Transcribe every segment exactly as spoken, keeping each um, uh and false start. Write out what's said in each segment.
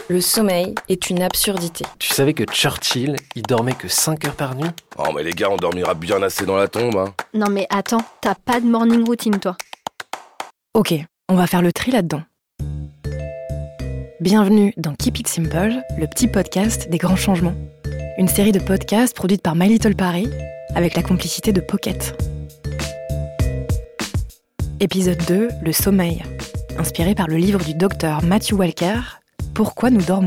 Le sommeil est une absurdité. Tu savais que Churchill, il dormait que cinq heures par nuit ? Oh mais les gars, on dormira bien assez dans la tombe, hein. Non mais attends, t'as pas de morning routine toi. Ok, on va faire le tri là-dedans. Bienvenue dans Keep It Simple, le petit podcast des grands changements. Une série de podcasts produite par My Little Paris, avec la complicité de Pocket. Épisode deux, le sommeil. Inspiré par le livre du docteur Matthew Walker, Pourquoi nous dormons ?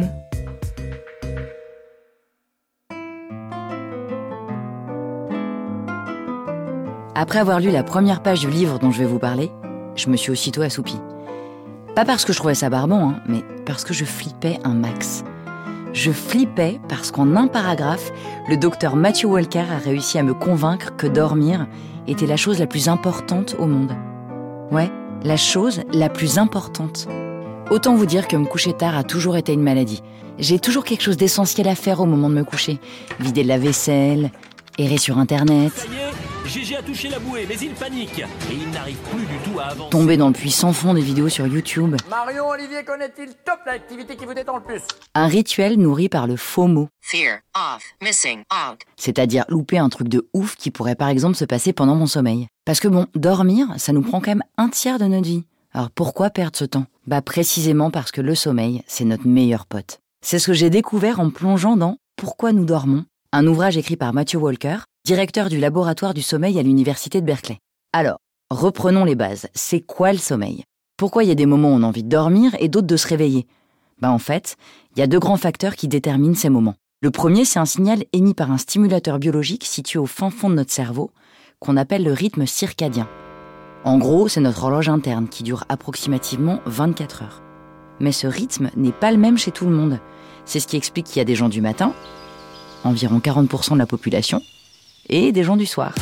Après avoir lu la première page du livre dont je vais vous parler, je me suis aussitôt assoupie. Pas parce que je trouvais ça barbant, hein, mais parce que je flippais un max. Je flippais parce qu'en un paragraphe, le docteur Matthew Walker a réussi à me convaincre que dormir était la chose la plus importante au monde. Ouais, la chose la plus importante. Autant vous dire que me coucher tard a toujours été une maladie. J'ai toujours quelque chose d'essentiel à faire au moment de me coucher. Vider de la vaisselle, errer sur Internet. Ça y est, Gégé a touché la bouée, mais il panique. Et il n'arrive plus du tout à avancer. Tomber dans le puits sans fond des vidéos sur YouTube. Marion Olivier connaît-il top l'activité qui vous détend le plus? Un rituel nourri par le FOMO. Fear of missing out. C'est-à-dire louper un truc de ouf qui pourrait par exemple se passer pendant mon sommeil. Parce que bon, dormir, ça nous prend quand même un tiers de notre vie. Alors pourquoi perdre ce temps ? Bah précisément parce que le sommeil, c'est notre meilleur pote. C'est ce que j'ai découvert en plongeant dans Pourquoi nous dormons, un ouvrage écrit par Matthew Walker, directeur du laboratoire du sommeil à l'université de Berkeley. Alors, reprenons les bases. C'est quoi le sommeil ? Pourquoi il y a des moments où on a envie de dormir et d'autres de se réveiller ? Bah en fait, il y a deux grands facteurs qui déterminent ces moments. Le premier, c'est un signal émis par un stimulateur biologique situé au fin fond de notre cerveau, qu'on appelle le rythme circadien. En gros, c'est notre horloge interne qui dure approximativement vingt-quatre heures. Mais ce rythme n'est pas le même chez tout le monde. C'est ce qui explique qu'il y a des gens du matin, environ quarante pour cent de la population, et des gens du soir.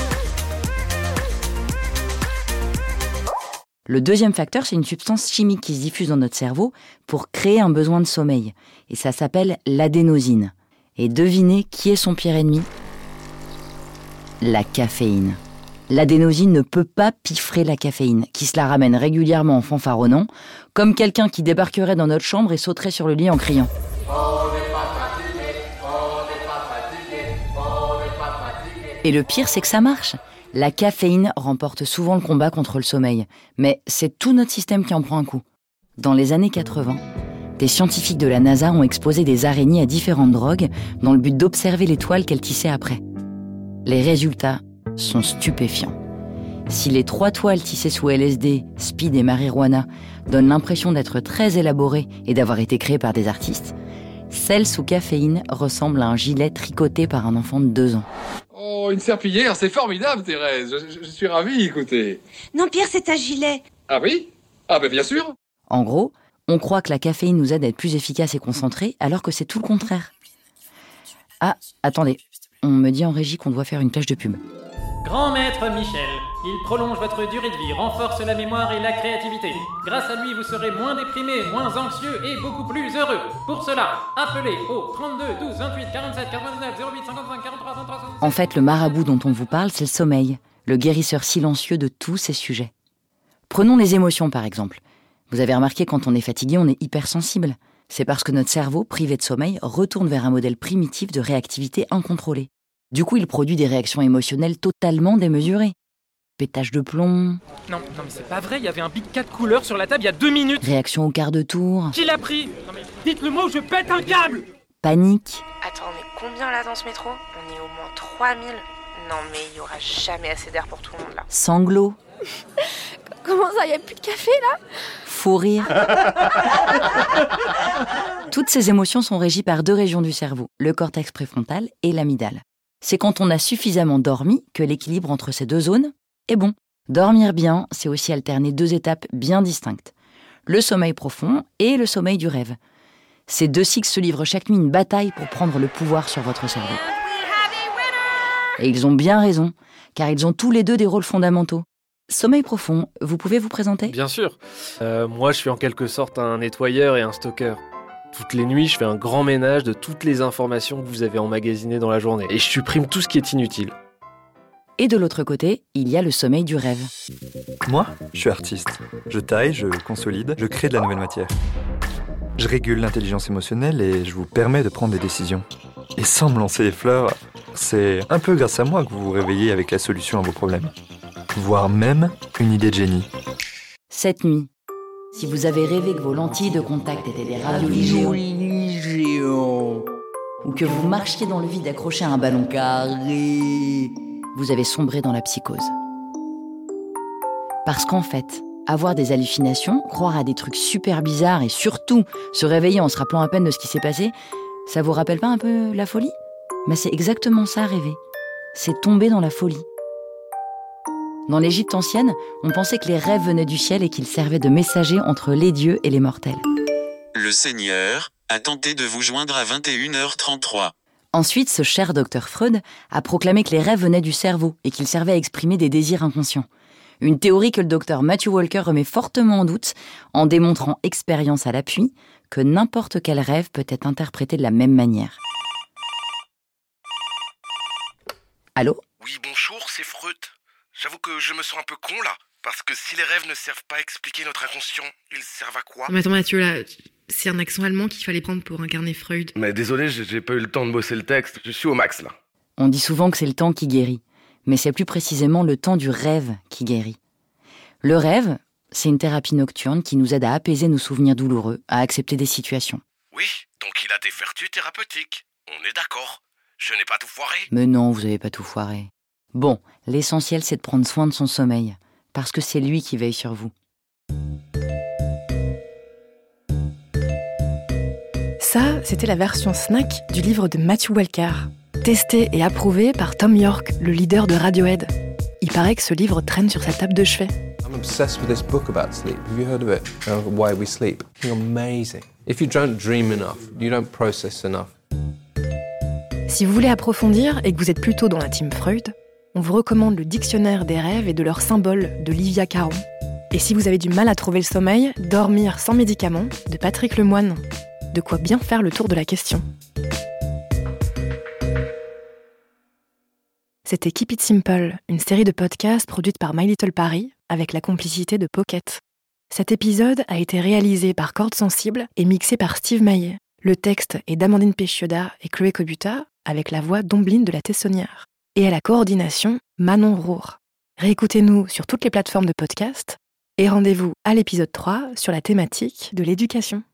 Le deuxième facteur, c'est une substance chimique qui se diffuse dans notre cerveau pour créer un besoin de sommeil. Et ça s'appelle l'adénosine. Et devinez qui est son pire ennemi ? La caféine. L'adénosine ne peut pas piffrer la caféine, qui se la ramène régulièrement en fanfaronnant, comme quelqu'un qui débarquerait dans notre chambre et sauterait sur le lit en criant. Et le pire, c'est que ça marche. La caféine remporte souvent le combat contre le sommeil, mais c'est tout notre système qui en prend un coup. Dans les années quatre-vingts, des scientifiques de la NASA ont exposé des araignées à différentes drogues dans le but d'observer les toiles qu'elles tissaient après. Les résultats sont stupéfiants. Si les trois toiles tissées sous L S D, speed et marijuana donnent l'impression d'être très élaborées et d'avoir été créées par des artistes, celle sous caféine ressemble à un gilet tricoté par un enfant de deux ans. Oh, une serpillière, c'est formidable, Thérèse. Je, je, je suis ravi, écoutez. Non, Pierre, c'est un gilet. Ah oui ? Ah ben bien sûr. En gros, on croit que la caféine nous aide à être plus efficace et concentrés, alors que c'est tout le contraire. Ah, attendez, on me dit en régie qu'on doit faire une plage de pub. Grand maître Michel, il prolonge votre durée de vie, renforce la mémoire et la créativité. Grâce à lui, vous serez moins déprimé, moins anxieux et beaucoup plus heureux. Pour cela, appelez au trente-deux douze vingt-huit quarante-sept quatre-vingt-dix-neuf zéro huit cinquante-cinq quarante-trois trente-trois soixante-seize. En fait, le marabout dont on vous parle, c'est le sommeil, le guérisseur silencieux de tous ces sujets. Prenons les émotions par exemple. Vous avez remarqué, quand on est fatigué, on est hypersensible. C'est parce que notre cerveau, privé de sommeil, retourne vers un modèle primitif de réactivité incontrôlée. Du coup, il produit des réactions émotionnelles totalement démesurées. Pétage de plomb. Non, non mais c'est pas vrai, il y avait un Big quatre couleur sur la table il y a deux minutes. Réaction au quart de tour. Qui l'a pris ? Non mais dites le mot, je pète un câble. Panique. Attends, mais combien là dans ce métro ? On est au moins trois mille. Non mais il y aura jamais assez d'air pour tout le monde là. Sanglot. Comment ça, y a plus de café là ? Fou rire. Toutes ces émotions sont régies par deux régions du cerveau, le cortex préfrontal et l'amygdale. C'est quand on a suffisamment dormi que l'équilibre entre ces deux zones est bon. Dormir bien, c'est aussi alterner deux étapes bien distinctes. Le sommeil profond et le sommeil du rêve. Ces deux cycles se livrent chaque nuit une bataille pour prendre le pouvoir sur votre cerveau. Et ils ont bien raison, car ils ont tous les deux des rôles fondamentaux. Sommeil profond, vous pouvez vous présenter ? Bien sûr. Euh, moi, je suis en quelque sorte un nettoyeur et un stocker. Toutes les nuits, je fais un grand ménage de toutes les informations que vous avez emmagasinées dans la journée. Et je supprime tout ce qui est inutile. Et de l'autre côté, il y a le sommeil du rêve. Moi, je suis artiste. Je taille, je consolide, je crée de la nouvelle matière. Je régule l'intelligence émotionnelle et je vous permets de prendre des décisions. Et sans me lancer les fleurs, c'est un peu grâce à moi que vous vous réveillez avec la solution à vos problèmes. Voire même une idée de génie. Cette nuit, si vous avez rêvé que vos lentilles de contact étaient des raviolis géants, ou que vous marchiez dans le vide accroché à un ballon carré, vous avez sombré dans la psychose. Parce qu'en fait, avoir des hallucinations, croire à des trucs super bizarres et surtout se réveiller en se rappelant à peine de ce qui s'est passé, ça vous rappelle pas un peu la folie ? Mais c'est exactement ça, rêver. C'est tomber dans la folie. Dans l'Égypte ancienne, on pensait que les rêves venaient du ciel et qu'ils servaient de messagers entre les dieux et les mortels. Le Seigneur a tenté de vous joindre à vingt et une heures trente-trois. Ensuite, ce cher docteur Freud a proclamé que les rêves venaient du cerveau et qu'ils servaient à exprimer des désirs inconscients. Une théorie que le docteur Matthew Walker remet fortement en doute en démontrant, expérience à l'appui, que n'importe quel rêve peut être interprété de la même manière. Allô ? Oui, bonjour, c'est Freud. J'avoue que je me sens un peu con là, parce que si les rêves ne servent pas à expliquer notre inconscient, ils servent à quoi ? Mais attends Mathieu, là, c'est un accent allemand qu'il fallait prendre pour incarner Freud. Mais désolé, j'ai, j'ai pas eu le temps de bosser le texte, je suis au max là. On dit souvent que c'est le temps qui guérit, mais c'est plus précisément le temps du rêve qui guérit. Le rêve, c'est une thérapie nocturne qui nous aide à apaiser nos souvenirs douloureux, à accepter des situations. Oui, donc il a des vertus thérapeutiques, on est d'accord. Je n'ai pas tout foiré. Mais non, vous avez pas tout foiré. Bon, l'essentiel c'est de prendre soin de son sommeil, parce que c'est lui qui veille sur vous. Ça, c'était la version snack du livre de Matthew Walker, testé et approuvé par Tom York, le leader de Radiohead. Il paraît que ce livre traîne sur sa table de chevet. I'm obsessed with this book about sleep. Have you heard of it? Uh, Why We Sleep. It's amazing. If you don't dream enough, you don't process enough. Si vous voulez approfondir et que vous êtes plutôt dans la team Freud, on vous recommande le Dictionnaire des rêves et de leurs symboles de Livia Caron. Et si vous avez du mal à trouver le sommeil, Dormir sans médicaments de Patrick Lemoine. De quoi bien faire le tour de la question. C'était Keep It Simple, une série de podcasts produite par My Little Paris avec la complicité de Pocket. Cet épisode a été réalisé par Cordes Sensibles et mixé par Steve Maillet. Le texte est d'Amandine Péchioda et Chloé Cobuta avec la voix d'Ombline de la Tessonnière. Et à la coordination, Manon Roure. Réécoutez-nous sur toutes les plateformes de podcast et rendez-vous à l'épisode trois sur la thématique de l'éducation.